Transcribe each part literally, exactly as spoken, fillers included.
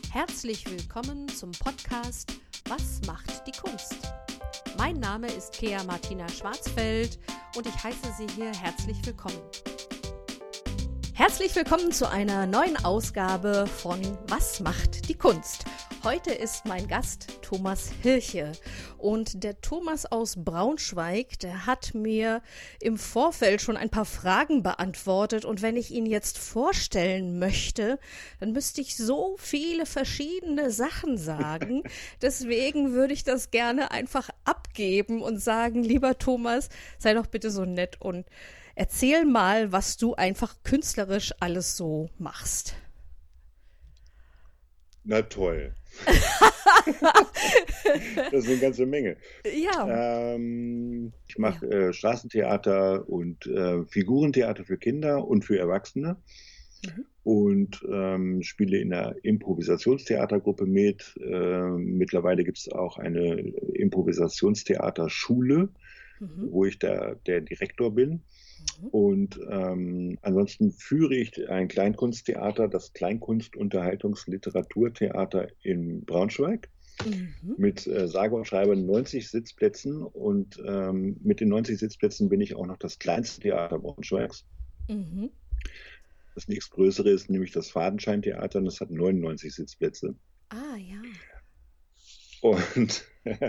Herzlich willkommen zum Podcast Was macht die Kunst? Mein Name ist Kea Martina Schwarzfeld und ich heiße Sie hier herzlich willkommen. Herzlich willkommen zu einer neuen Ausgabe von Was macht die Kunst? Heute ist mein Gast Thomas Hilche und der Thomas aus Braunschweig, der hat mir im Vorfeld schon ein paar Fragen beantwortet und wenn ich ihn jetzt vorstellen möchte, dann müsste ich so viele verschiedene Sachen sagen. Deswegen würde ich das gerne einfach abgeben und sagen, lieber Thomas, sei doch bitte so nett und erzähl mal, was du einfach künstlerisch alles so machst. Na toll. Das ist eine ganze Menge. Ja. Ähm, ich mache Ja. äh, Straßentheater und äh, Figurentheater für Kinder und für Erwachsene Mhm. und ähm, spiele in einer Improvisationstheatergruppe mit. Äh, mittlerweile gibt es auch eine Improvisationstheaterschule, Mhm. wo ich der, der Direktor bin. Mhm. Und ähm, ansonsten führe ich ein Kleinkunsttheater, das Kleinkunst-Unterhaltungs-Literaturtheater in Braunschweig Mhm. mit äh, sage und schreibe neunzig Sitzplätzen. Und ähm, mit den neunzig Sitzplätzen bin ich auch noch das kleinste Theater Braunschweigs. Mhm. Das nächstgrößere ist nämlich das Fadenscheintheater und das hat neunundneunzig Sitzplätze. Ah, ja. Und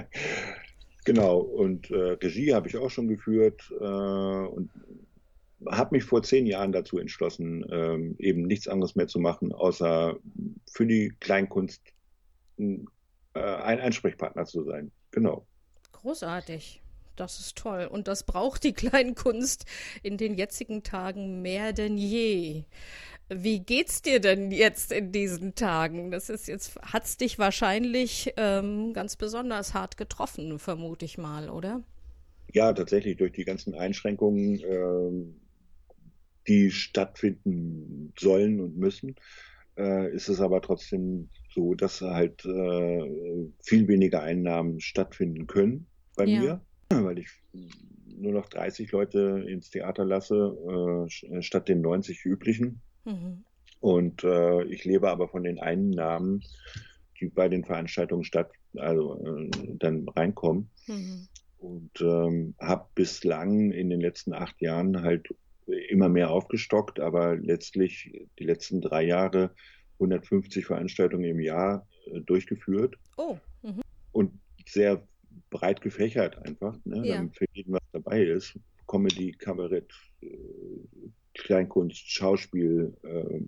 genau, und äh, Regie habe ich auch schon geführt äh, und habe mich vor zehn Jahren dazu entschlossen, ähm, eben nichts anderes mehr zu machen, außer für die Kleinkunst äh, ein Ansprechpartner zu sein. Genau. Großartig. Das ist toll. Und das braucht die Kleinkunst in den jetzigen Tagen mehr denn je. Wie geht's dir denn jetzt in diesen Tagen? Das ist jetzt, hat's dich wahrscheinlich ähm, ganz besonders hart getroffen, vermute ich mal, oder? Ja, tatsächlich durch die ganzen Einschränkungen, äh, die stattfinden sollen und müssen, äh, ist es aber trotzdem so, dass halt äh, viel weniger Einnahmen stattfinden können bei Ja. mir, weil ich nur noch dreißig Leute ins Theater lasse, äh, statt den neunzig üblichen. Mhm. Und äh, ich lebe aber von den Einnahmen, die bei den Veranstaltungen statt, also äh, dann reinkommen. Mhm. Und ähm, habe bislang in den letzten acht Jahren halt immer mehr aufgestockt, aber letztlich die letzten drei Jahre hundertfünfzig Veranstaltungen im Jahr äh, durchgeführt Oh. Mhm. und sehr breit gefächert einfach, ne, Ja. damit für jeden was dabei ist. Comedy, Kabarett, äh, Kleinkunst, Schauspiel, äh,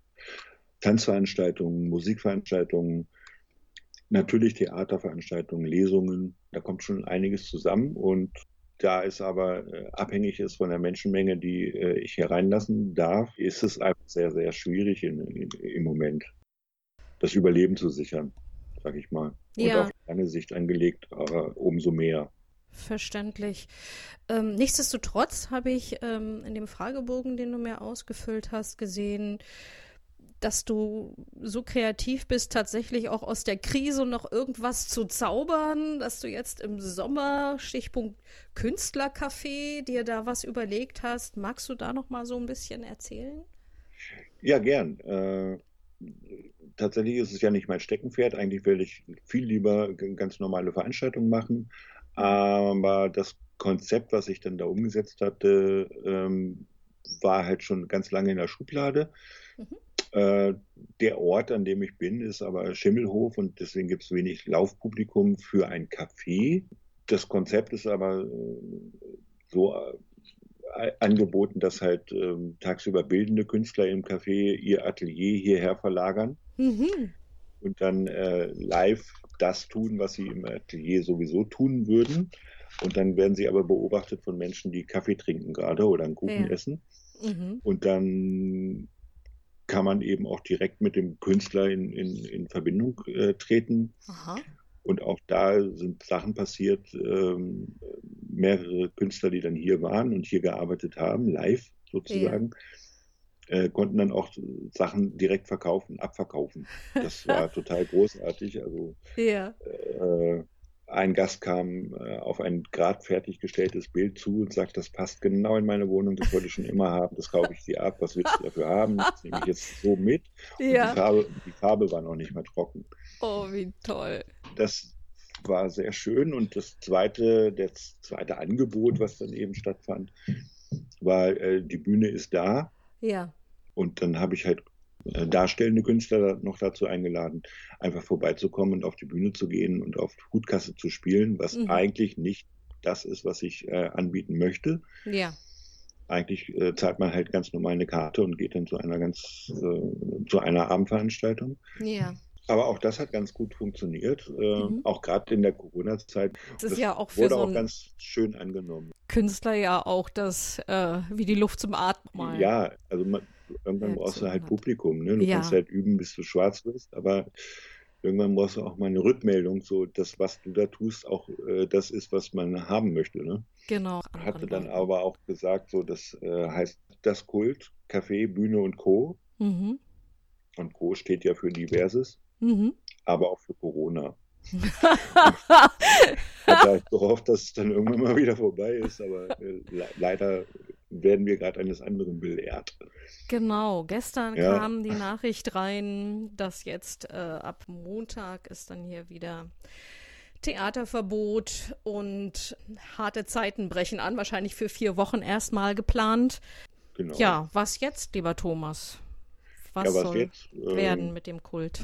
Tanzveranstaltungen, Musikveranstaltungen, natürlich Theaterveranstaltungen, Lesungen. Da kommt schon einiges zusammen und da es aber äh, abhängig ist von der Menschenmenge, die äh, ich hier reinlassen darf, ist es einfach sehr, sehr schwierig in, in, im Moment, das Überleben zu sichern, sag ich mal. Und Ja, auf lange Sicht angelegt, aber umso mehr. verständlich. Ähm, nichtsdestotrotz habe ich ähm, in dem Fragebogen, den du mir ausgefüllt hast, gesehen, dass du so kreativ bist, tatsächlich auch aus der Krise noch irgendwas zu zaubern, dass du jetzt im Sommer, Stichpunkt Künstlercafé, dir da was überlegt hast. Magst du da noch mal so ein bisschen erzählen? Ja, gern. Äh, tatsächlich ist es ja nicht mein Steckenpferd. Eigentlich will ich viel lieber g- ganz normale Veranstaltungen machen. Mhm. Aber das Konzept, was ich dann da umgesetzt hatte, ähm, war halt schon ganz lange in der Schublade. Mhm. Äh, der Ort, an dem ich bin, ist aber Schimmelhof und deswegen gibt es wenig Laufpublikum für ein Café. Das Konzept ist aber äh, so äh, angeboten, dass halt ähm, tagsüber bildende Künstler im Café ihr Atelier hierher verlagern Mhm. und dann äh, live das tun, was sie im Atelier sowieso tun würden. Und dann werden sie aber beobachtet von Menschen, die Kaffee trinken gerade oder einen Kuchen Ja. essen. Mhm. Und dann kann man eben auch direkt mit dem Künstler in, in, in Verbindung äh, treten. Aha. Und auch da sind Sachen passiert, ähm, mehrere Künstler, die dann hier waren und hier gearbeitet haben, live Ja. sozusagen, äh, konnten dann auch Sachen direkt verkaufen, abverkaufen. Das war total großartig. Also Ja. äh, ein Gast kam äh, auf ein gerade fertiggestelltes Bild zu und sagt, das passt genau in meine Wohnung, das wollte ich schon immer haben, das kaufe ich dir ab, was willst du dafür haben? Das nehme ich jetzt so mit. Und die Ja. Farbe, die Farbe war noch nicht mal trocken. Oh, wie toll. Das war sehr schön. Und das zweite, das zweite Angebot, was dann eben stattfand, war, äh, die Bühne ist da. Ja. Und dann habe ich halt äh, darstellende Künstler noch dazu eingeladen, einfach vorbeizukommen und auf die Bühne zu gehen und auf Hutkasse zu spielen, was Mhm. eigentlich nicht das ist, was ich äh, anbieten möchte. Ja. Eigentlich äh, zahlt man halt ganz normal eine Karte und geht dann zu einer ganz äh, zu einer Abendveranstaltung. Ja. Aber auch das hat ganz gut funktioniert, äh, Mhm. auch gerade in der Corona-Zeit. Das ist Das ja auch für wurde so auch einen ganz schön angenommen. Künstler ja auch das, äh, wie die Luft zum Atmen mal Ja, also man, irgendwann brauchst du Reaktion halt hat. Publikum. Ne? Du kannst Ja, halt üben, bis du schwarz wirst, aber irgendwann brauchst du auch mal eine Rückmeldung, so dass was du da tust, auch äh, das ist, was man haben möchte. Ne? genau. Hatte Anderen dann Leuten. aber auch gesagt, so das äh, heißt das Kult, Café, Bühne und Co. Mhm. Und Co. steht ja für Diverses, Mhm. aber auch für Corona. Und hatte halt gehofft, dass es dann irgendwann mal wieder vorbei ist, aber äh, le leider werden wir gerade eines anderen belehrt. Genau, gestern Ja, kam die Nachricht rein, dass jetzt äh, ab Montag ist dann hier wieder Theaterverbot und harte Zeiten brechen an, wahrscheinlich für vier Wochen erstmal geplant. genau. Ja, was jetzt, lieber Thomas? Ja, Was was soll jetzt? werden Ähm, mit dem Kult?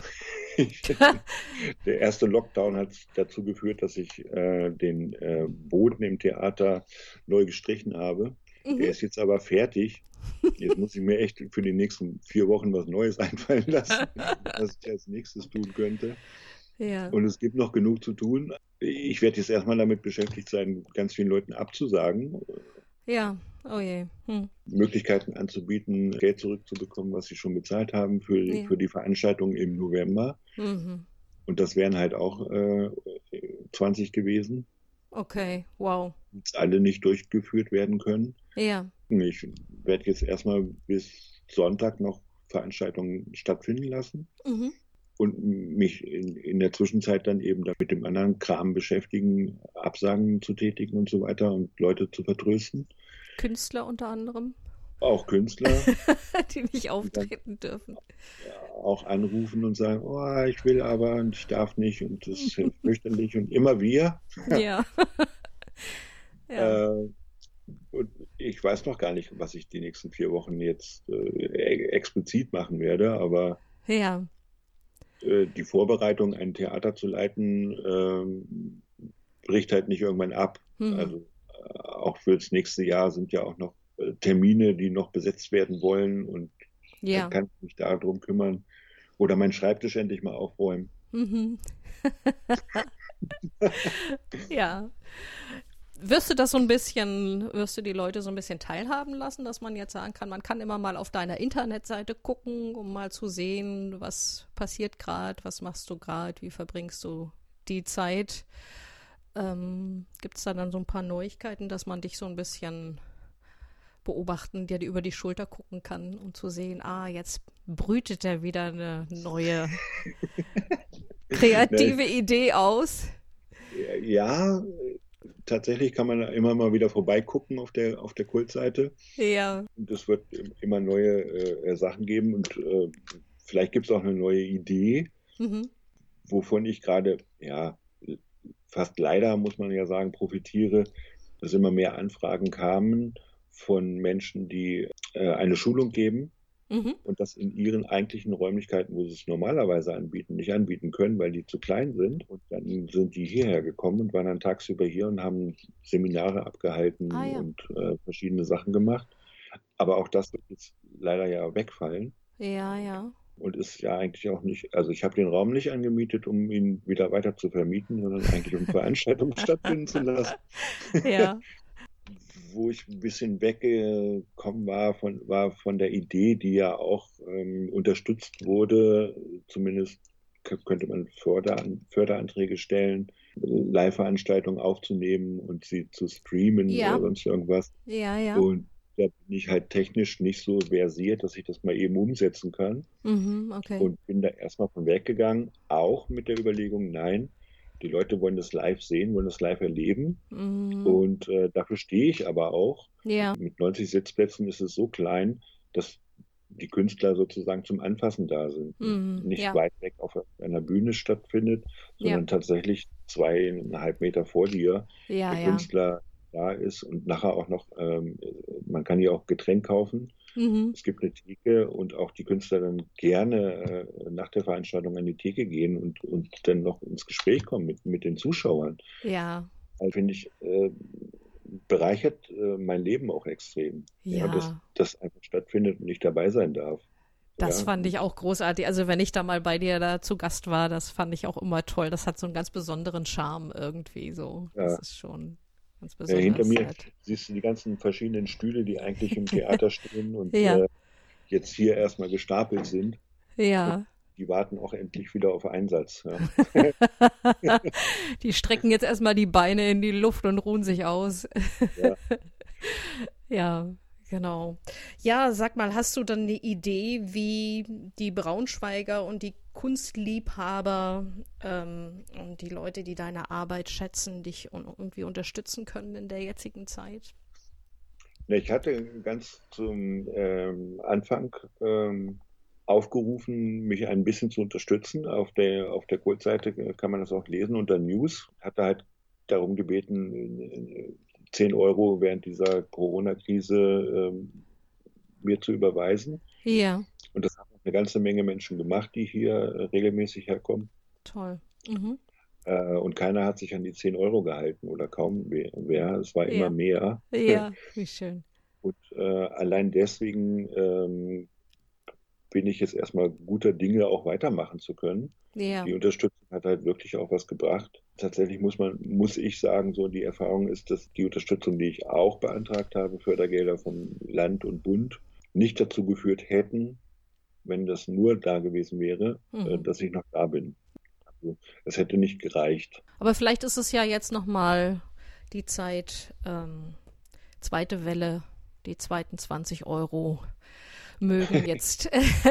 Der erste Lockdown hat dazu geführt, dass ich äh, den äh, Boden im Theater neu gestrichen habe. Mhm. Der ist jetzt aber fertig. Jetzt muss ich mir echt für die nächsten vier Wochen was Neues einfallen lassen, was ich als nächstes tun könnte. Ja, Und es gibt noch genug zu tun. Ich werde jetzt erstmal damit beschäftigt sein, ganz vielen Leuten abzusagen, ja, oh je. Hm. Möglichkeiten anzubieten, Geld zurückzubekommen, was sie schon bezahlt haben für, die- Ja. für die Veranstaltung im November. Mhm. Und das wären halt auch äh, zwanzig gewesen, Okay, wow. die jetzt alle nicht durchgeführt werden können. Ja. Ich werde jetzt erstmal bis Sonntag noch Veranstaltungen stattfinden lassen Mhm. und mich in, in der Zwischenzeit dann eben da mit dem anderen Kram beschäftigen, Absagen zu tätigen und so weiter und Leute zu vertrösten. Künstler unter anderem, Auch Künstler, die nicht die dann auftreten dürfen. ja, auch anrufen und sagen, oh, ich will aber und ich darf nicht und das ist fürchterlich und immer wir. Ja, ja, Äh, und ich weiß noch gar nicht, was ich die nächsten vier Wochen jetzt äh, explizit machen werde, aber ja, äh, die Vorbereitung, ein Theater zu leiten, ähm, bricht halt nicht irgendwann ab. mhm. Also äh, auch für das nächste Jahr sind ja auch noch äh, Termine, die noch besetzt werden wollen und dann Ja, kann ich mich darum kümmern oder meinen Schreibtisch endlich mal aufräumen. mhm. Ja. Wirst du das so ein bisschen, wirst du die Leute so ein bisschen teilhaben lassen, dass man jetzt sagen kann, man kann immer mal auf deiner Internetseite gucken, um mal zu sehen, was passiert gerade, was machst du gerade, wie verbringst du die Zeit? Ähm, Gibt es da dann so ein paar Neuigkeiten, dass man dich so ein bisschen beobachten, der dir über die Schulter gucken kann, um zu sehen, ah, jetzt brütet er wieder eine neue Ne, kreative Idee aus. ja, tatsächlich kann man immer mal wieder vorbeigucken auf der, auf der Kultseite. Ja. Und es wird immer neue äh, Sachen geben und äh, vielleicht gibt es auch eine neue Idee, Mhm. wovon ich gerade, ja, fast leider, muss man ja sagen, profitiere, dass immer mehr Anfragen kamen von Menschen, die äh, eine Schulung geben Mhm. und das in ihren eigentlichen Räumlichkeiten, wo sie es normalerweise anbieten, nicht anbieten können, weil die zu klein sind. Und dann sind die hierher gekommen und waren dann tagsüber hier und haben Seminare Ah abgehalten ja. und äh, verschiedene Sachen gemacht. Aber auch das wird jetzt leider ja wegfallen Ja, ja. und ist ja eigentlich auch nicht, also ich habe den Raum nicht angemietet, um ihn wieder weiter zu vermieten, sondern eigentlich um Veranstaltungen stattfinden zu lassen. Ja. Wo ich ein bisschen weggekommen war von, war von der Idee, die ja auch ähm, unterstützt wurde, zumindest k- könnte man Förderan Förderanträge stellen, Live-Veranstaltungen aufzunehmen und sie zu streamen oder Ja. sonst irgendwas. Ja, ja. Und da bin ich halt technisch nicht so versiert, dass ich das mal eben umsetzen kann. Mhm, okay. Und bin da erstmal von weggegangen, auch mit der Überlegung, nein, Die Leute wollen das live sehen, wollen das live erleben. Mhm. Und äh, dafür stehe ich aber auch. Ja. Mit neunzig Sitzplätzen ist es so klein, dass die Künstler sozusagen zum Anfassen da sind. Mhm. Nicht Ja. weit weg auf einer Bühne stattfindet, Ja. sondern tatsächlich zweieinhalb Meter vor dir Ja, der ja. Künstler da ist und nachher auch noch, ähm, man kann hier auch Getränk kaufen. Mhm. Es gibt eine Theke und auch die Künstler dann gerne äh, nach der Veranstaltung an die Theke gehen und, und dann noch ins Gespräch kommen mit, mit den Zuschauern. Ja. Also finde ich, äh, bereichert äh, mein Leben auch extrem. Ja, dass Ja. das einfach stattfindet und ich dabei sein darf. Das Ja, fand ich auch großartig. Also wenn ich da mal bei dir da zu Gast war, das fand ich auch immer toll. Das hat so einen ganz besonderen Charme irgendwie so. Das ja. ist schon ganz Ja, hinter besonders mir nett. siehst du die ganzen verschiedenen Stühle, die eigentlich im Theater stehen und Ja, äh, jetzt hier erstmal gestapelt sind. Und ja. die warten auch endlich wieder auf Einsatz. Ja. Die strecken jetzt erstmal die Beine in die Luft und ruhen sich aus. Ja. Ja, genau. Ja, sag mal, hast du dann eine Idee, wie die Braunschweiger und die Kunstliebhaber ähm, und die Leute, die deine Arbeit schätzen, dich un irgendwie unterstützen können in der jetzigen Zeit? Ne, ich hatte ganz zum ähm, Anfang ähm, aufgerufen, mich ein bisschen zu unterstützen. Auf der, auf der Kurzseite äh, kann man das auch lesen unter News. Hatte halt darum gebeten, äh, zehn Euro während dieser Corona-Krise ähm, mir zu überweisen. Ja, Und das haben eine ganze Menge Menschen gemacht, die hier äh, regelmäßig herkommen. toll. Mhm. Äh, und keiner hat sich an die zehn Euro gehalten oder kaum wer. wer. Es war immer Ja, mehr. ja, wie schön. Und äh, allein deswegen ähm, bin ich jetzt erstmal guter Dinge, auch weitermachen zu können. Ja, Die Unterstützung hat halt wirklich auch was gebracht. Tatsächlich muss man, muss ich sagen, so die Erfahrung ist, dass die Unterstützung, die ich auch beantragt habe, Fördergelder von Land und Bund, nicht dazu geführt hätten, wenn das nur da gewesen wäre, äh, mhm. dass ich noch da bin. Also, es hätte nicht gereicht. Aber vielleicht ist es ja jetzt noch mal die Zeit, ähm, zweite Welle, die zweiten zwanzig Euro mögen jetzt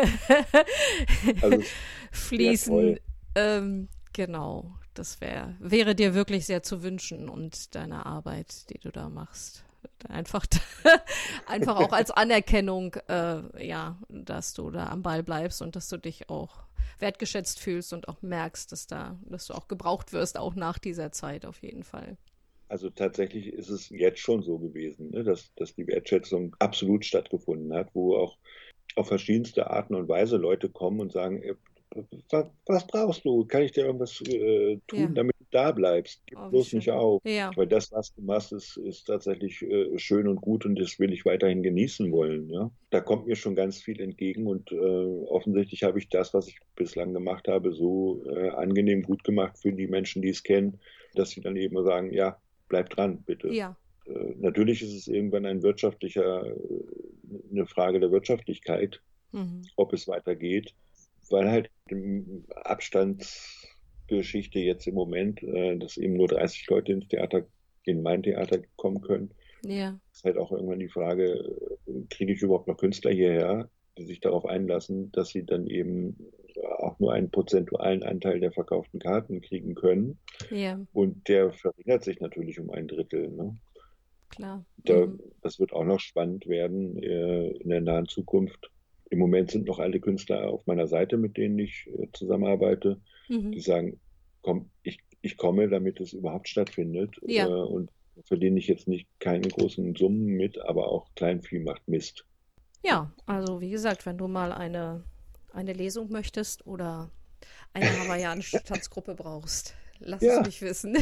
Also es wäre fließen. toll. Ähm, genau, das wär, wäre dir wirklich sehr zu wünschen und deine Arbeit, die du da machst. Einfach, einfach auch als Anerkennung, äh, ja, dass du da am Ball bleibst und dass du dich auch wertgeschätzt fühlst und auch merkst, dass da, dass du auch gebraucht wirst, auch nach dieser Zeit auf jeden Fall. Also tatsächlich ist es jetzt schon so gewesen, ne, dass, dass die Wertschätzung absolut stattgefunden hat, wo auch auf verschiedenste Arten und Weise Leute kommen und sagen, äh, was, was brauchst du? Kann ich dir irgendwas äh, tun, Ja, damit du da bleibst? Gib oh, wie bloß nicht schön. auf. Ja, Weil das, was du machst, ist, ist tatsächlich äh, schön und gut und das will ich weiterhin genießen wollen. Ja? Da kommt mir schon ganz viel entgegen und äh, offensichtlich habe ich das, was ich bislang gemacht habe, so äh, angenehm gut gemacht für die Menschen, die es kennen, dass sie dann eben sagen, ja, bleib dran, bitte. ja, Äh, natürlich ist es irgendwann ein wirtschaftlicher, äh, eine Frage der Wirtschaftlichkeit, mhm. ob es weitergeht, weil halt im Abstandsgeschichte jetzt im Moment, äh, dass eben nur dreißig Leute ins Theater, in mein Theater kommen können, Ja, ist halt auch irgendwann die Frage, äh, kriege ich überhaupt noch Künstler hierher, die sich darauf einlassen, dass sie dann eben auch nur einen prozentualen Anteil der verkauften Karten kriegen können. ja, Und der verringert sich natürlich um ein Drittel. Ne? klar. Da, Mhm. das wird auch noch spannend werden äh, in der nahen Zukunft. Im Moment sind noch alle Künstler auf meiner Seite, mit denen ich äh, zusammenarbeite, Mhm. die sagen, komm, ich, ich komme, damit es überhaupt stattfindet. Äh, Ja, und verdiene ich jetzt nicht keine großen Summen mit, aber auch Kleinvieh macht Mist. ja, also wie gesagt, wenn du mal eine, eine Lesung möchtest oder eine hawaiianische Tanzgruppe brauchst, lass es Ja, mich wissen.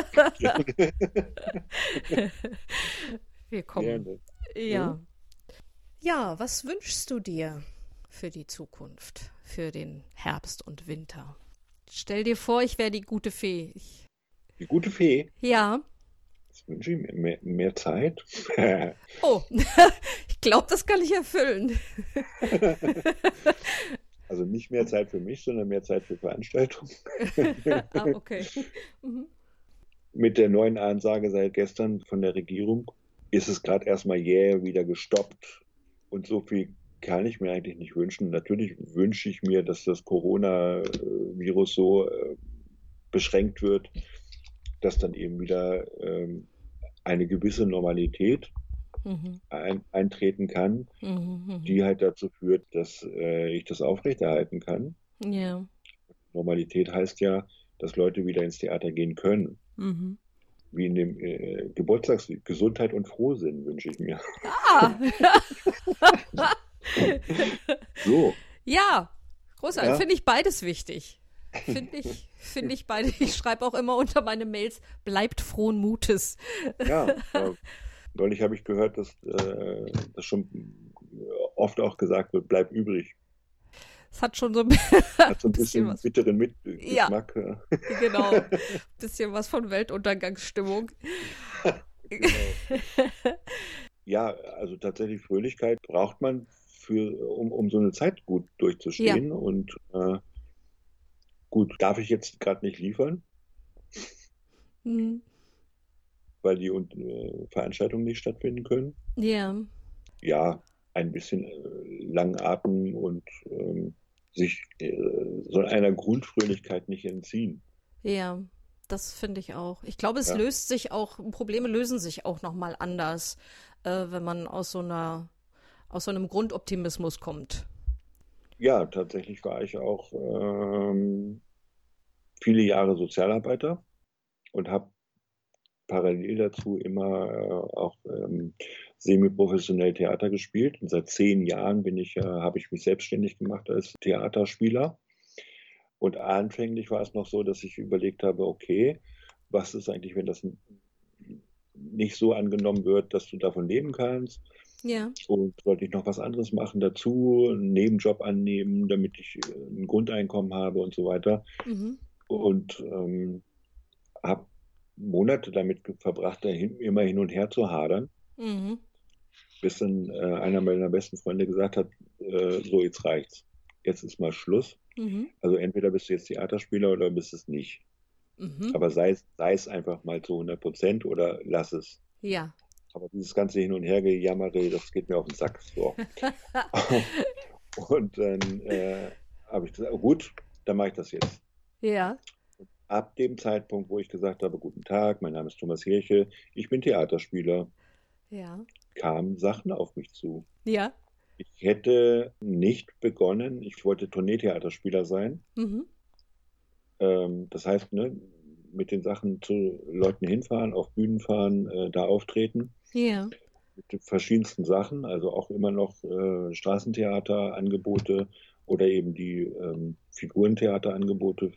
Wir kommen. gerne. Ja. Hm? Ja, was wünschst du dir für die Zukunft, für den Herbst und Winter? Stell dir vor, ich wäre die gute Fee. Ich, Die gute Fee, ja. das wünsche ich mir mehr, mehr Zeit. Oh, ich glaube, das kann ich erfüllen. Also nicht mehr Zeit für mich, sondern mehr Zeit für Veranstaltungen. Ah, okay. Mhm. Mit der neuen Ansage seit gestern von der Regierung ist es gerade erstmal jäh wieder gestoppt. Und so viel kann ich mir eigentlich nicht wünschen. Natürlich wünsche ich mir, dass das Coronavirus so äh, beschränkt wird, dass dann eben wieder ähm, eine gewisse Normalität mhm. ein, eintreten kann, mhm, die halt dazu führt, dass äh, ich das aufrechterhalten kann. Ja. Normalität heißt ja, dass Leute wieder ins Theater gehen können. Mhm. Wie in dem äh, Geburtstagslied. Gesundheit und Frohsinn wünsche ich mir. Ah! So. Ja, großartig. Ja. Finde ich beides wichtig. Finde ich, finde ich beide. Ich schreibe auch immer unter meine Mails, bleibt frohen Mutes. Ja, ja. Neulich habe ich gehört, dass äh, das schon oft auch gesagt wird, bleib übrig. Es hat schon so ein, hat so ein bisschen, bisschen bitteren Mit Geschmack. Ja, genau. Ein bisschen was von Weltuntergangsstimmung. Genau. Ja, also tatsächlich Fröhlichkeit braucht man, für, um, um so eine Zeit gut durchzustehen. Ja. Und äh, gut, darf ich jetzt gerade nicht liefern, hm. weil die äh, Veranstaltungen nicht stattfinden können. Ja. Ja, ein bisschen äh, langen Atem und ähm, sich äh, so einer Grundfröhlichkeit nicht entziehen. Ja, das finde ich auch. Ich glaube, es ja. löst sich auch, Probleme lösen sich auch nochmal anders, äh, wenn man aus so einer, aus so einem Grundoptimismus kommt. Ja, tatsächlich war ich auch ähm, viele Jahre Sozialarbeiter und habe parallel dazu immer äh, auch ähm, semi-professionell Theater gespielt. Und seit zehn Jahren bin ich, äh, habe ich mich selbstständig gemacht als Theaterspieler. Und anfänglich war es noch so, dass ich überlegt habe, okay, was ist eigentlich, wenn das nicht so angenommen wird, dass du davon leben kannst? Ja. Und sollte ich noch was anderes machen dazu, einen Nebenjob annehmen, damit ich ein Grundeinkommen habe und so weiter. Mhm. Und ähm, habe Monate damit verbracht, da hin, immer hin und her zu hadern, mhm. bis dann äh, einer meiner besten Freunde gesagt hat, äh, so jetzt reicht's, jetzt ist mal Schluss. Mhm. Also entweder bist du jetzt Theaterspieler oder bist es nicht. Mhm. Aber sei, sei es einfach mal zu hundert Prozent oder lass es. Ja. Aber dieses ganze Hin- und Hergejammere, das geht mir auf den Sack. So. Und dann äh, habe ich gesagt, gut, dann mache ich das jetzt. Ja. Ab dem Zeitpunkt, wo ich gesagt habe, guten Tag, mein Name ist Thomas Hirche, ich bin Theaterspieler, ja. kamen Sachen auf mich zu. Ja. Ich hätte nicht begonnen, ich wollte Tourneetheaterspieler sein. Mhm. Ähm, das heißt, ne, mit den Sachen zu Leuten hinfahren, auf Bühnen fahren, äh, da auftreten. Ja. Mit verschiedensten Sachen, also auch immer noch äh, Straßentheaterangebote oder eben die ähm, Figurentheaterangebote.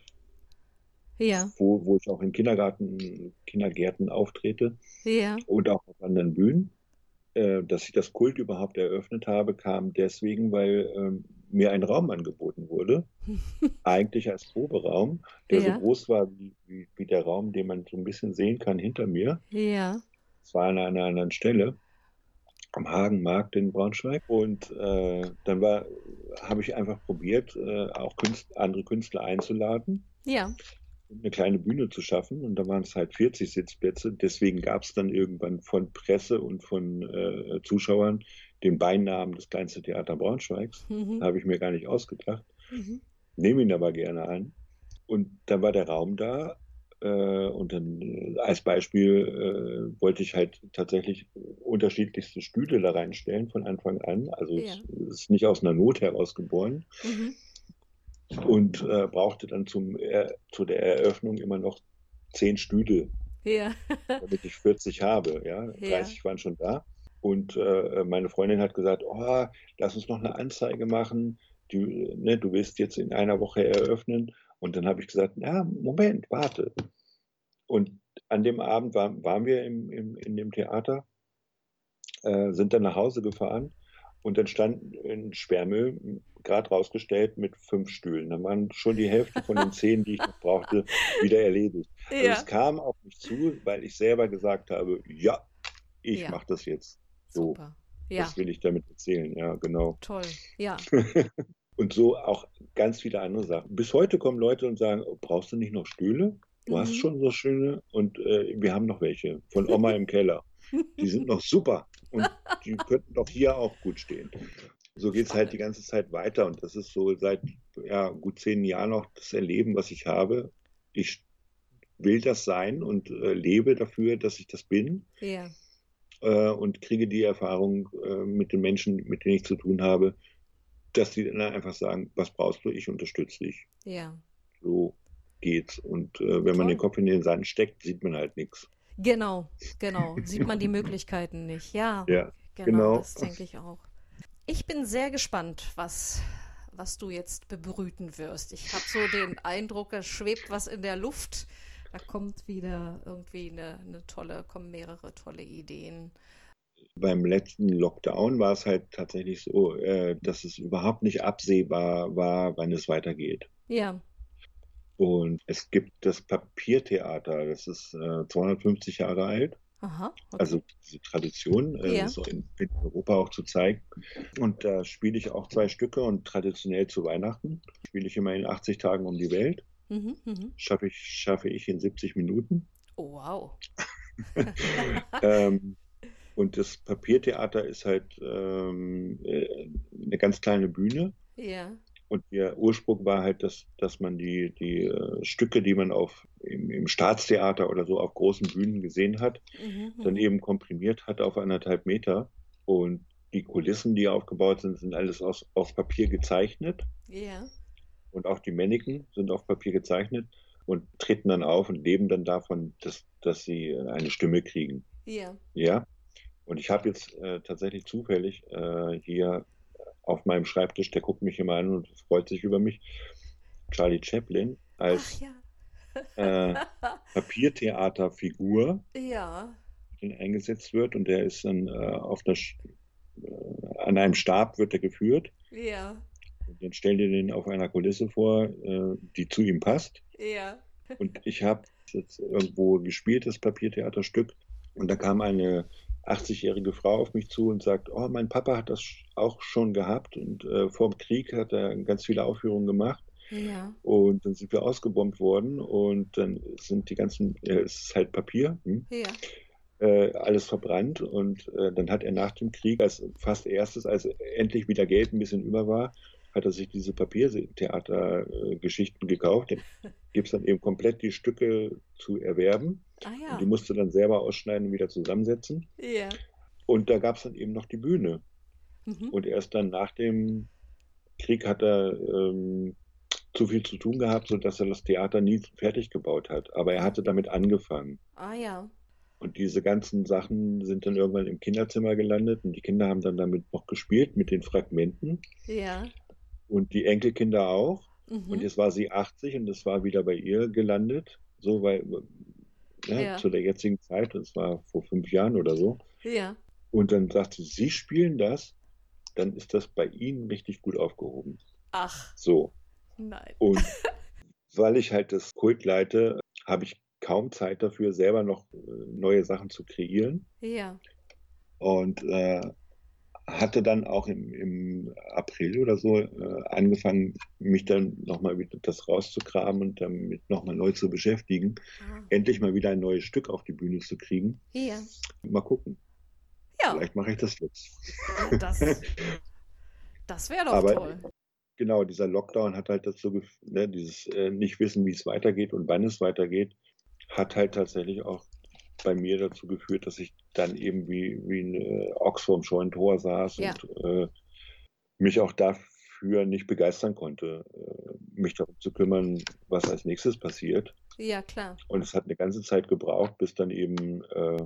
Ja. Wo, wo ich auch in Kindergarten, Kindergärten auftrete ja. und auch auf anderen Bühnen. Äh, dass ich das Kult überhaupt eröffnet habe, kam deswegen, weil ähm, mir ein Raum angeboten wurde, eigentlich als Proberaum, der ja. so groß war wie, wie, wie der Raum, den man so ein bisschen sehen kann hinter mir. Ja. Es war an einer anderen Stelle, am Hagenmarkt in Braunschweig. Und äh, dann war, habe ich einfach probiert, äh, auch Künstler, andere Künstler einzuladen. Ja. Eine kleine Bühne zu schaffen und da waren es halt vierzig Sitzplätze. Deswegen gab es dann irgendwann von Presse und von äh, Zuschauern den Beinamen das kleinste Theater Braunschweigs. Mhm. Habe ich mir gar nicht ausgedacht. Mhm. Nehme ihn aber gerne an. Und dann war der Raum da äh, und dann äh, als Beispiel äh, wollte ich halt tatsächlich unterschiedlichste Stühle da reinstellen von Anfang an. Also ja. es ist nicht aus einer Not herausgeboren. Mhm. Und äh, brauchte dann zum, äh, zu der Eröffnung immer noch zehn Stühle, ja. damit ich vierzig habe. Ja? dreißig ja. waren schon da. Und äh, meine Freundin hat gesagt, oh, lass uns noch eine Anzeige machen. Du, ne, du willst jetzt in einer Woche eröffnen. Und dann habe ich gesagt, ja, Moment, warte. Und an dem Abend war, waren wir im, im, in dem Theater, äh, sind dann nach Hause gefahren. Und dann stand ein Sperrmüll, gerade rausgestellt, mit fünf Stühlen. Da waren schon die Hälfte von den zehn, die ich noch brauchte, wieder erledigt. Ja. Also es kam auf mich zu, weil ich selber gesagt habe, ja, ich ja. mache das jetzt. So, super. Ja. Das will ich damit erzählen. Ja, genau. Toll, ja. Und so auch ganz viele andere Sachen. Bis heute kommen Leute und sagen, oh, brauchst du nicht noch Stühle? Du mhm. hast schon so schöne und äh, wir haben noch welche von Oma im Keller. Die sind noch super und die könnten doch hier auch gut stehen. So geht es halt die ganze Zeit weiter und das ist so seit ja, gut zehn Jahren noch das Erleben, was ich habe. Ich will das sein und äh, lebe dafür, dass ich das bin Ja, äh, und kriege die Erfahrung äh, mit den Menschen, mit denen ich zu tun habe, dass die dann einfach sagen, was brauchst du, ich unterstütze dich. ja. So geht's. Und äh, wenn man den Toll. Kopf in den Sand steckt, sieht man halt nichts. Genau, genau. Sieht man die Möglichkeiten nicht. Ja, Ja, genau, genau. das denke ich auch. Ich bin sehr gespannt, was, was du jetzt bebrüten wirst. Ich habe so den Eindruck, es schwebt was in der Luft. Da kommt wieder irgendwie eine, eine tolle, kommen mehrere tolle Ideen. Beim letzten Lockdown war es halt tatsächlich so, äh, dass es überhaupt nicht absehbar war, wann es weitergeht. Ja, Und es gibt das Papiertheater, das ist äh, zweihundertfünfzig Jahre alt. aha, Also okay. diese Tradition äh, Ja, ist auch in, in Europa auch zu zeigen. Und da spiele ich auch zwei Stücke und traditionell zu Weihnachten spiele ich immer in achtzig Tagen um die Welt. mhm, mhm. Schaffe ich, schaffe ich in siebzig Minuten. Oh, wow. ähm, und das Papiertheater ist halt ähm, äh, eine ganz kleine Bühne. Ja, Und der Ursprung war halt, dass, dass man die, die äh, Stücke, die man auf, im, im Staatstheater oder so auf großen Bühnen gesehen hat, mhm, dann mhm. eben komprimiert hat auf anderthalb Meter. Und die Kulissen, die aufgebaut sind, sind alles aus, auf Papier gezeichnet. Ja, Und auch die Mannequin sind auf Papier gezeichnet und treten dann auf und leben dann davon, dass, dass sie eine Stimme kriegen. ja. Ja. Und ich habe jetzt äh, tatsächlich zufällig äh, hier auf meinem Schreibtisch, der guckt mich immer an und freut sich über mich, Charlie Chaplin Ach als ja. äh, Papiertheaterfigur Ja, eingesetzt wird und der ist dann äh, auf einer, äh, an einem Stab wird er geführt. ja, Und dann stell dir den auf einer Kulisse vor, äh, die zu ihm passt. ja. Und ich habe jetzt irgendwo gespielt, das Papiertheaterstück. Und da kam eine achtzig-jährige Frau auf mich zu und sagt, oh, mein Papa hat das auch schon gehabt. Und äh, vor dem Krieg hat er ganz viele Aufführungen gemacht. Ja, Und dann sind wir ausgebombt worden und dann sind die ganzen, äh, es ist halt Papier, hm, ja. äh, alles verbrannt. Und äh, dann hat er nach dem Krieg als fast erstes, als endlich wieder Geld ein bisschen über war, hat er sich diese Papiertheater-Geschichten gekauft. Da gibt es dann eben komplett die Stücke zu erwerben. Ah Und die ja. musste dann selber ausschneiden und wieder zusammensetzen. Ja. Und da gab es dann eben noch die Bühne. Mhm. Und erst dann nach dem Krieg hat er ähm, zu viel zu tun gehabt, sodass er das Theater nie fertig gebaut hat. Aber er Ah, hatte damit angefangen. ah ja. Und diese ganzen Sachen sind dann irgendwann im Kinderzimmer gelandet und die Kinder haben dann damit noch gespielt mit den Fragmenten Ja. und die Enkelkinder auch. Und Mhm. jetzt war sie achtzig und es war wieder bei ihr gelandet, so weil ja, Ja. zu der jetzigen Zeit, das war vor fünf Jahren oder so. Ja. Und dann sagte sie, Sie spielen das, dann ist das bei Ihnen richtig gut aufgehoben. Ach, So. nein. Und weil ich halt das Kult leite, habe ich kaum Zeit dafür, selber noch äh, neue Sachen zu kreieren. Ja. Und äh, hatte dann auch im, im April oder so äh, angefangen, mich dann nochmal wieder das rauszukramen und damit nochmal neu zu beschäftigen, Ah. endlich mal wieder ein neues Stück auf die Bühne zu kriegen. Ja. Mal gucken. Ja. Vielleicht mache ich das jetzt. Ja, das, das wäre doch Aber toll. genau, dieser Lockdown hat halt dazu, gef- ne, dieses äh, nicht wissen, wie es weitergeht und wann es weitergeht, hat halt tatsächlich auch bei mir dazu geführt, dass ich dann eben wie, wie ein äh, Ochs vorm Scheunentor saß Ja. und äh, mich auch dafür nicht begeistern konnte, äh, mich darum zu kümmern, was als nächstes passiert. Ja, klar. Und es hat eine ganze Zeit gebraucht, bis dann eben, äh,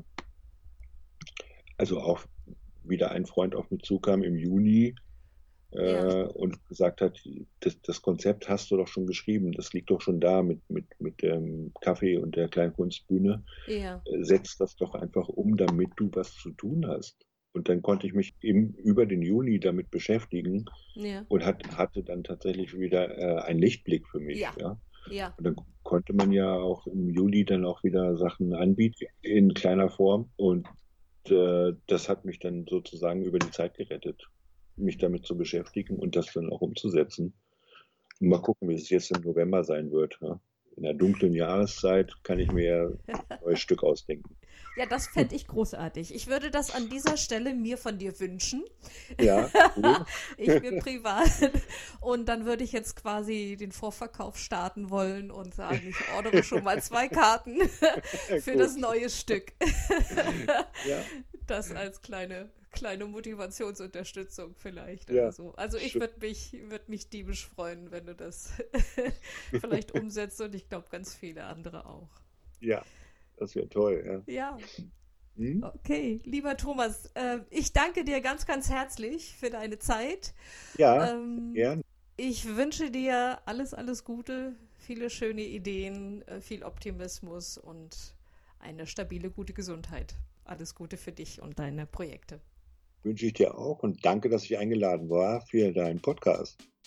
also auch wieder ein Freund auf mich zukam im Juni Ja. äh, und gesagt hat, das, das Konzept hast du doch schon geschrieben, das liegt doch schon da mit, mit, mit dem Kaffee und der Kleinkunstbühne. Ja. Äh, setz das doch einfach um, damit du was zu tun hast. Und dann konnte ich mich im, über den Juni damit beschäftigen Ja. und hat, hatte dann tatsächlich wieder äh, einen Lichtblick für mich. Ja. Ja. Ja. Und dann konnte man ja auch im Juli dann auch wieder Sachen anbieten in kleiner Form. Und äh, das hat mich dann sozusagen über die Zeit gerettet, mich damit zu beschäftigen und das dann auch umzusetzen. Und mal gucken, wie es jetzt im November sein wird. Ja. In der dunklen Jahreszeit kann ich mir ein neues Stück ausdenken. Ja, das fände ich großartig. Ich würde das an dieser Stelle mir von dir wünschen. Ja, cool. Ich mir privat. Und dann würde ich jetzt quasi den Vorverkauf starten wollen und sagen, ich ordere schon mal zwei Karten für Gut. das neue Stück. Ja. Das als kleine, kleine Motivationsunterstützung vielleicht Ja. oder so. Also ich Schön. würde mich, würd mich diebisch freuen, wenn du das vielleicht umsetzt und ich glaube ganz viele andere auch. Ja, das wäre toll. Ja. Ja. Hm? Okay, lieber Thomas, äh, ich danke dir ganz, ganz herzlich für deine Zeit. Ja, Ähm, gern. ich wünsche dir alles, alles Gute, viele schöne Ideen, äh, viel Optimismus und eine stabile, gute Gesundheit. Alles Gute für dich und deine Projekte. Wünsche ich dir auch und danke, dass ich eingeladen war für deinen Podcast.